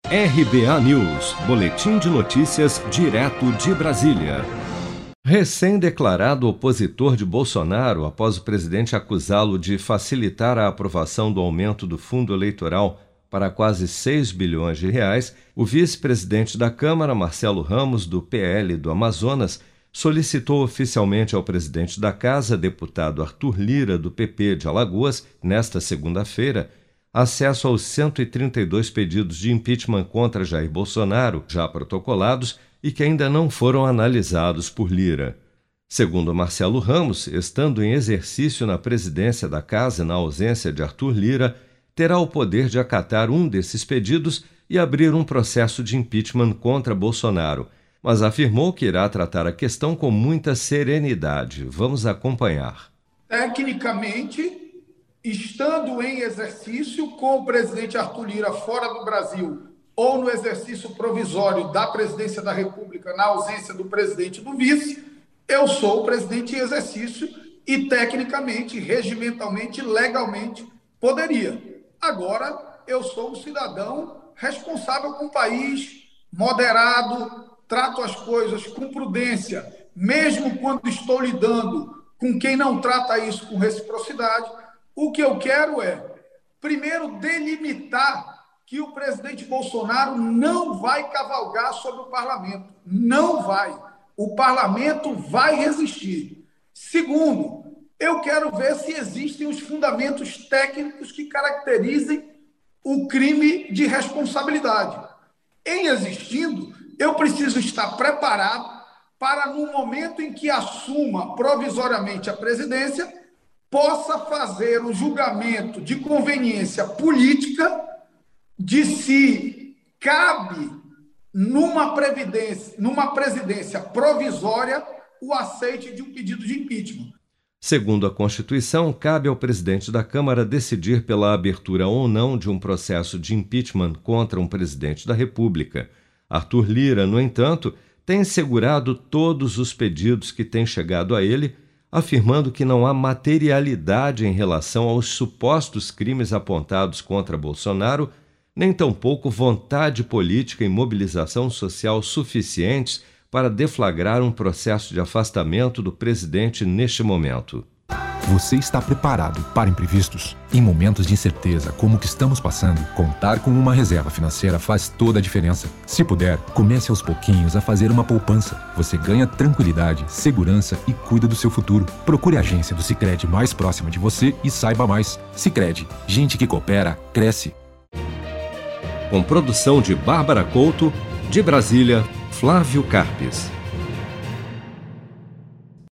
RBA News, boletim de notícias direto de Brasília. Recém-declarado opositor de Bolsonaro após o presidente acusá-lo de facilitar a aprovação do aumento do fundo eleitoral para quase 6 bilhões de reais, o vice-presidente da Câmara, Marcelo Ramos, do PL do Amazonas, solicitou oficialmente ao presidente da Casa, deputado Arthur Lira, do PP de Alagoas, nesta segunda-feira, acesso aos 132 pedidos de impeachment contra Jair Bolsonaro, já protocolados e que ainda não foram analisados por Lira. Segundo Marcelo Ramos, estando em exercício na presidência da Casa na ausência de Arthur Lira, terá o poder de acatar um desses pedidos e abrir um processo de impeachment contra Bolsonaro, mas afirmou que irá tratar a questão com muita serenidade. Vamos acompanhar. Tecnicamente, estando em exercício com o presidente Arthur Lira fora do Brasil ou no exercício provisório da presidência da República na ausência do presidente e do vice, eu sou o presidente em exercício e tecnicamente, regimentalmente, legalmente poderia. Agora, eu sou um cidadão responsável com o país, moderado, trato as coisas com prudência, mesmo quando estou lidando com quem não trata isso com reciprocidade. O que eu quero é, primeiro, delimitar que o presidente Bolsonaro não vai cavalgar sobre o parlamento. Não vai. O parlamento vai resistir. Segundo, eu quero ver se existem os fundamentos técnicos que caracterizem o crime de responsabilidade. Em existindo, eu preciso estar preparado para, no momento em que assuma provisoriamente a presidência, possa fazer o julgamento de conveniência política de se cabe numa presidência provisória o aceite de um pedido de impeachment. Segundo a Constituição, cabe ao presidente da Câmara decidir pela abertura ou não de um processo de impeachment contra um presidente da República. Arthur Lira, no entanto, tem segurado todos os pedidos que têm chegado a ele, afirmando que não há materialidade em relação aos supostos crimes apontados contra Bolsonaro, nem tampouco vontade política e mobilização social suficientes para deflagrar um processo de afastamento do presidente neste momento. Você está preparado para imprevistos? Em momentos de incerteza como o que estamos passando, contar com uma reserva financeira faz toda a diferença. Se puder, comece aos pouquinhos a fazer uma poupança. Você ganha tranquilidade, segurança e cuida do seu futuro. Procure a agência do Sicredi mais próxima de você e saiba mais. Sicredi, gente que coopera, cresce. Com produção de Bárbara Couto, de Brasília, Flávio Carpes.